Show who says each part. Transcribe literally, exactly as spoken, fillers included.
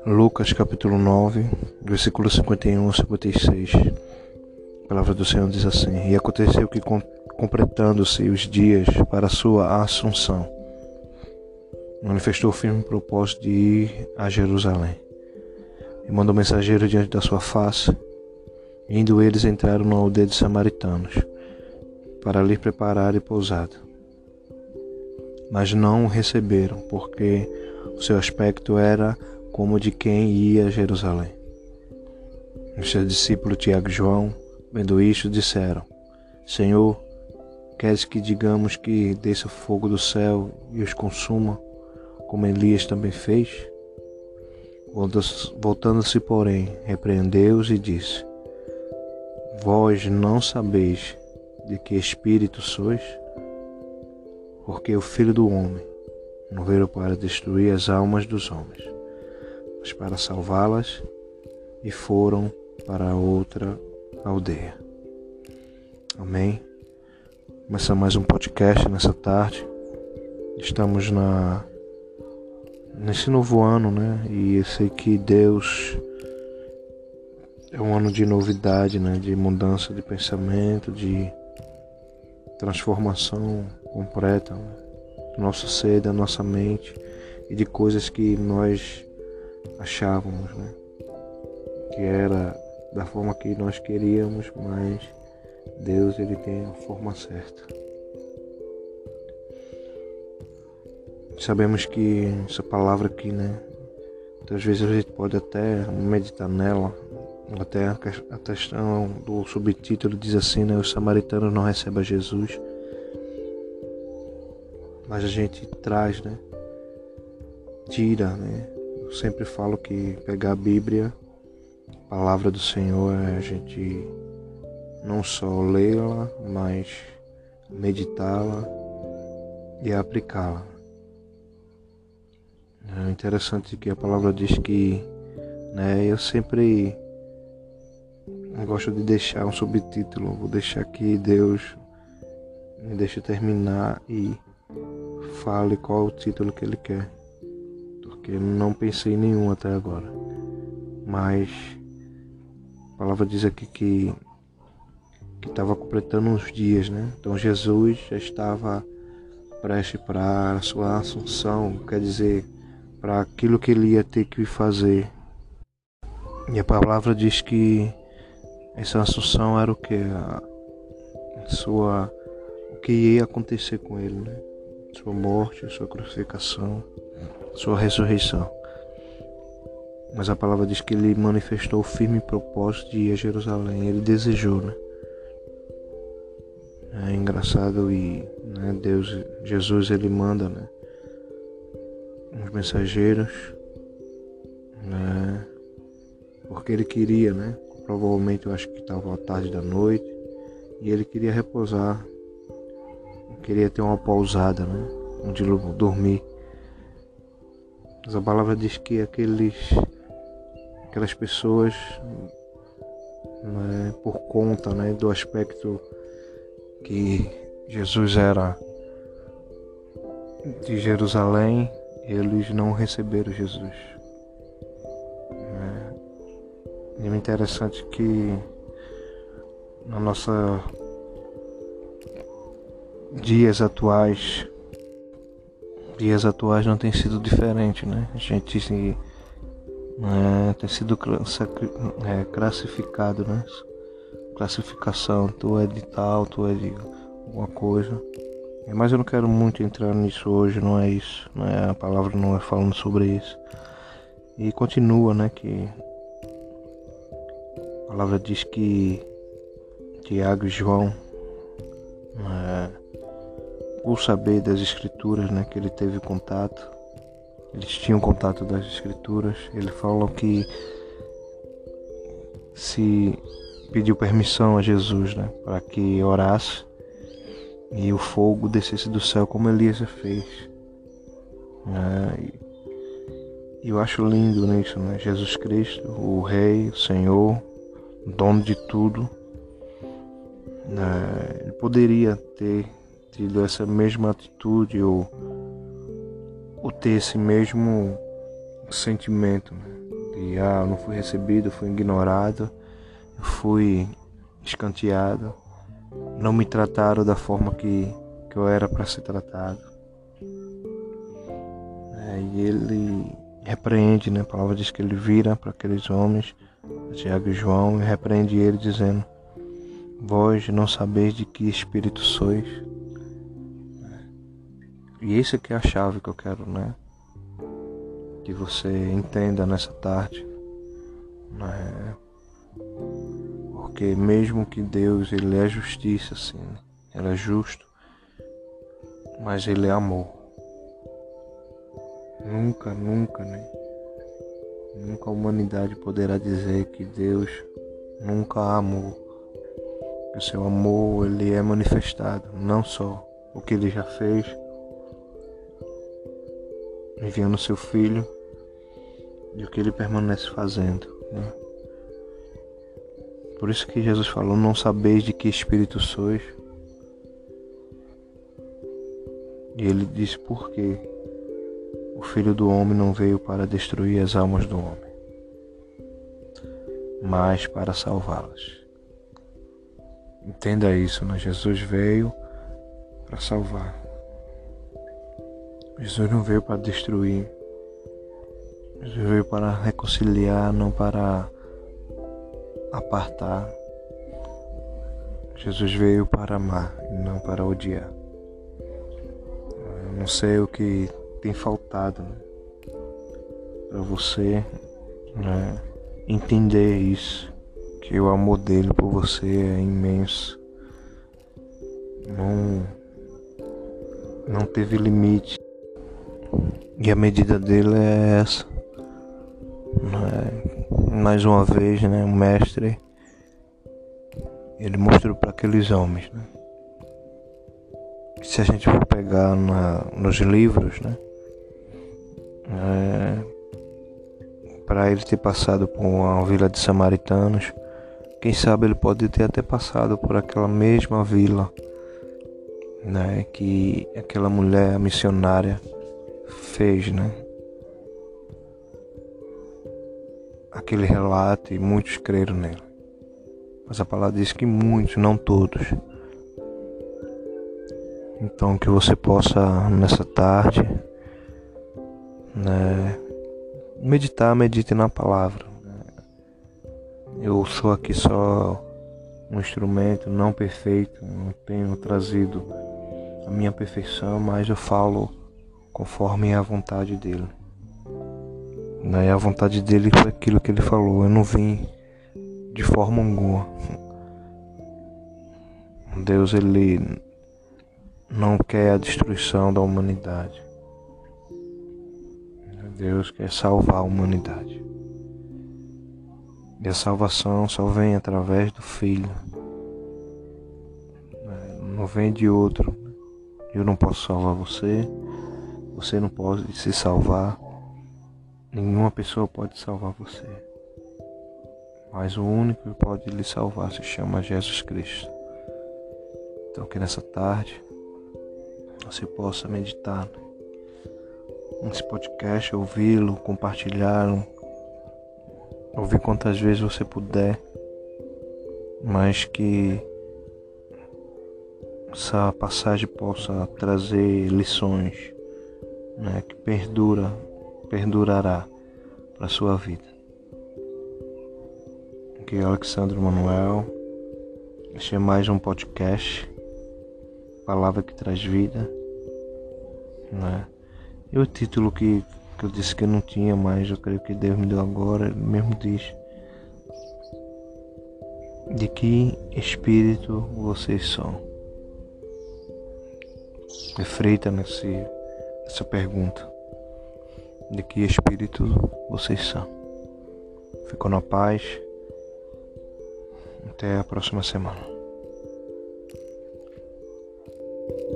Speaker 1: Lucas capítulo nove, versículos cinquenta e um a cinquenta e seis. A palavra do Senhor diz assim: E aconteceu que, completando-se os dias para a sua assunção, manifestou o firme propósito de ir a Jerusalém. E mandou mensageiro diante da sua face. Indo eles, entraram na aldeia de samaritanos, para lhe prepararem pousada. Mas não o receberam, porque o seu aspecto era como de quem ia a Jerusalém. Os seus discípulos Tiago e João, vendo isto, disseram: Senhor, queres que digamos que desça fogo do céu e os consuma, como Elias também fez? Voltando-se, porém, repreendeu-os e disse: Vós não sabeis de que espírito sois? Porque o Filho do Homem não veio para destruir as almas dos homens, mas para salvá-las. E foram para outra aldeia. Amém? Começa mais um podcast nessa tarde. Estamos na nesse novo ano, né? E eu sei que Deus é um ano de novidade, né? De mudança de pensamento, de transformação completa, né? Do nosso ser, da nossa mente e de coisas que nós achávamos, né? Que era da forma que nós queríamos, mas Deus, ele tem a forma certa. Sabemos que essa palavra aqui, né, muitas vezes a gente pode até meditar nela. Até a questão do subtítulo diz assim, né, os samaritanos não recebem a Jesus. Mas a gente traz, né, tira, né. Eu sempre falo que pegar a Bíblia, a palavra do Senhor, é a gente não só lê-la, mas meditá-la e aplicá-la. É interessante que a palavra diz que, né, eu sempre gosto de deixar um subtítulo, vou deixar que Deus me deixe terminar e fale qual é o título que Ele quer, porque não pensei em nenhum até agora. Mas a palavra diz aqui que que estava completando uns dias, né? Então Jesus já estava prestes para a sua assunção, quer dizer, para aquilo que ele ia ter que fazer. E a palavra diz que essa assunção era o que? A sua, o que ia acontecer com ele, né? Sua morte, sua crucificação, sua ressurreição. Mas a palavra diz que ele manifestou o firme propósito de ir a Jerusalém. Ele desejou, né? É engraçado e, né, Deus, Jesus, ele manda, né, uns mensageiros, né, porque ele queria, né, provavelmente eu acho que estava à tarde da noite, e ele queria repousar, queria ter uma pousada, né, onde dormir. Mas a palavra diz que aqueles, aquelas pessoas, né, por conta, né, do aspecto que Jesus era de Jerusalém, eles não receberam Jesus. É, é interessante que na nossa dias atuais, dias atuais não tem sido diferente, né? A gente se, é, tem sido é, classificado, né? Classificação, tu é de tal, tu é de alguma coisa. Mas eu não quero muito entrar nisso hoje, não é isso, não é, a palavra não é falando sobre isso. E continua, né, que a palavra diz que Tiago e João, é, por saber das escrituras, né, que ele teve contato, eles tinham contato das escrituras, ele falou que se pediu permissão a Jesus, né, para que orasse e o fogo descesse do céu como Elias fez. É, e eu acho lindo nisso, né? Jesus Cristo, o Rei, o Senhor, o dono de tudo, né? Ele poderia ter tido essa mesma atitude ou, ou ter esse mesmo sentimento, né? E ah, eu não fui recebido, fui ignorado, eu fui escanteado, não me trataram da forma que, que eu era para ser tratado. É, e ele repreende, né? A palavra diz que ele vira para aqueles homens, Tiago e João, e repreende ele dizendo: vós não sabeis de que espírito sois. E isso aqui é a chave que eu quero, né? Que você entenda nessa tarde, né? Porque mesmo que Deus, ele é justiça, sim, ele é justo, mas ele é amor. Nunca, nunca, né? Nunca a humanidade poderá dizer que Deus nunca amou. Que o seu amor, ele é manifestado, não só o que ele já fez, enviando seu filho, e o que ele permanece fazendo, né? Por isso que Jesus falou: não sabeis de que espírito sois. E ele disse: por quê? O Filho do Homem não veio para destruir as almas do homem, mas para salvá-las. Entenda isso, né? Jesus veio para salvar. Jesus não veio para destruir. Jesus veio para reconciliar, não para apartar. Jesus veio para amar e não para odiar. Eu não sei o que tem faltado, né, para você, né, entender isso, que o amor dele por você é imenso. Não, não teve limite. E a medida dele é essa. Né? Mais uma vez, né, o mestre, ele mostrou para aqueles homens, né? Se a gente for pegar na, nos livros, né, é, para ele ter passado por uma vila de samaritanos, quem sabe ele pode ter até passado por aquela mesma vila, né, que aquela mulher missionária fez, né? Aquele relato, e muitos creram nele. Mas a palavra diz que muitos, não todos. Então que você possa nessa tarde, né, meditar, medite na palavra. Eu sou aqui só um instrumento não perfeito, não tenho trazido a minha perfeição, mas eu falo conforme a vontade dele. E a vontade dele foi aquilo que ele falou. Eu não vim de forma alguma. Deus, ele não quer a destruição da humanidade. Deus quer salvar a humanidade. E a salvação só vem através do Filho. Não vem de outro. Eu não posso salvar você. Você não pode se salvar. Nenhuma pessoa pode salvar você. Mas o único que pode lhe salvar se chama Jesus Cristo. Então que nessa tarde você possa meditar nesse podcast, ouvi-lo, compartilhá-lo, ouvir quantas vezes você puder, mas que essa passagem possa trazer lições, né, que perdura, perdurará para a sua vida. Aqui é Alexandre Manuel. Este é mais um podcast, Palavra que Traz Vida, né? E o título que, que eu disse que eu não tinha, mas eu creio que Deus me deu agora, ele mesmo diz: de que espírito vocês são? Reflita nesse, nessa pergunta. De que espírito vocês são? Ficou na paz. Até a próxima semana.